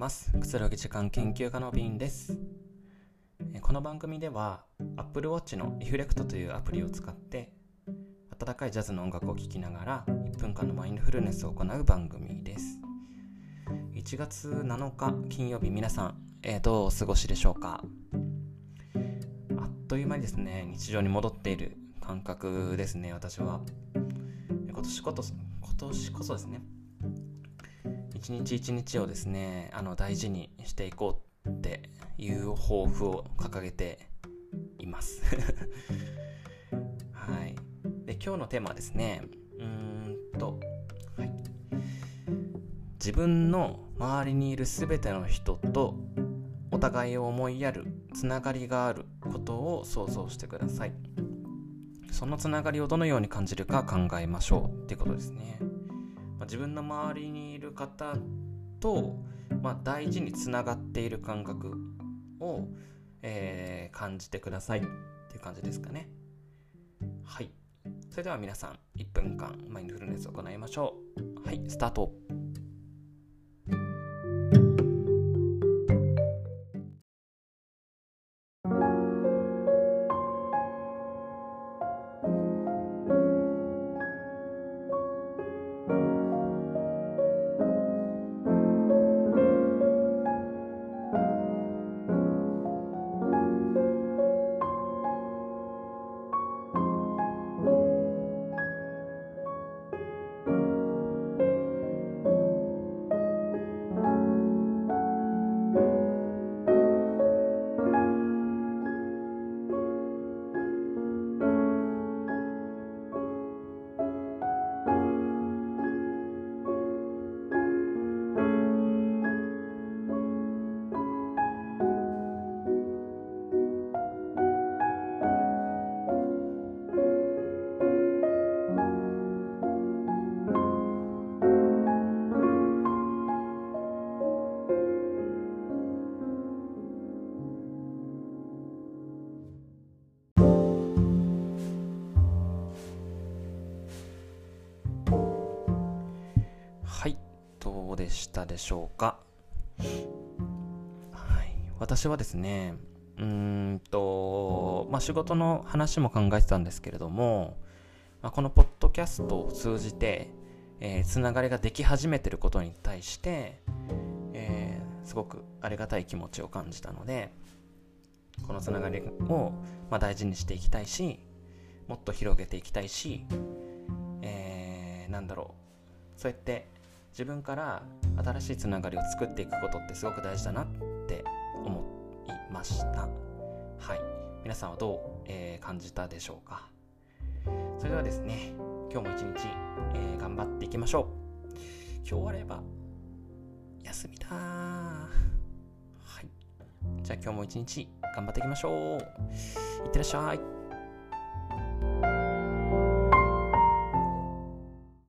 ます。くつろぎ時間研究家のビンです。この番組では Apple Watch のリフレクトというアプリを使って温かいジャズの音楽を聴きながら1分間のマインドフルネスを行う番組です。1月7日金曜日、皆さん、どうお過ごしでしょうか。あっという間にですね、日常に戻っている感覚ですね。私は今年こそですね、一日一日をですね大事にしていこうっていう抱負を掲げていますはい。で、今日のテーマはですね、はい、自分の周りにいるすべての人とお互いを思いやるつながりがあることを想像してください。そのつながりをどのように感じるか考えましょうっていうことですね。自分の周りにいる方と、大事につながっている感覚を、感じてくださいっていう感じですかね。はい。それでは皆さん1分間マインドフルネスを行いましょう。はい、スタート。はい、どうでしたでしょうか。はい、私はですね、仕事の話も考えてたんですけれども、このポッドキャストを通じて、つながりができ始めていることに対して、すごくありがたい気持ちを感じたので、このつながりを、大事にしていきたいし、もっと広げていきたいし、そうやって自分から新しいつながりを作っていくことってすごく大事だなって思いました。はい。皆さんはどう、感じたでしょうか。それではですね、今日も一日、頑張っていきましょう。今日終われば休みだ。はい。じゃあ今日も一日頑張っていきましょう。いってらっしゃい。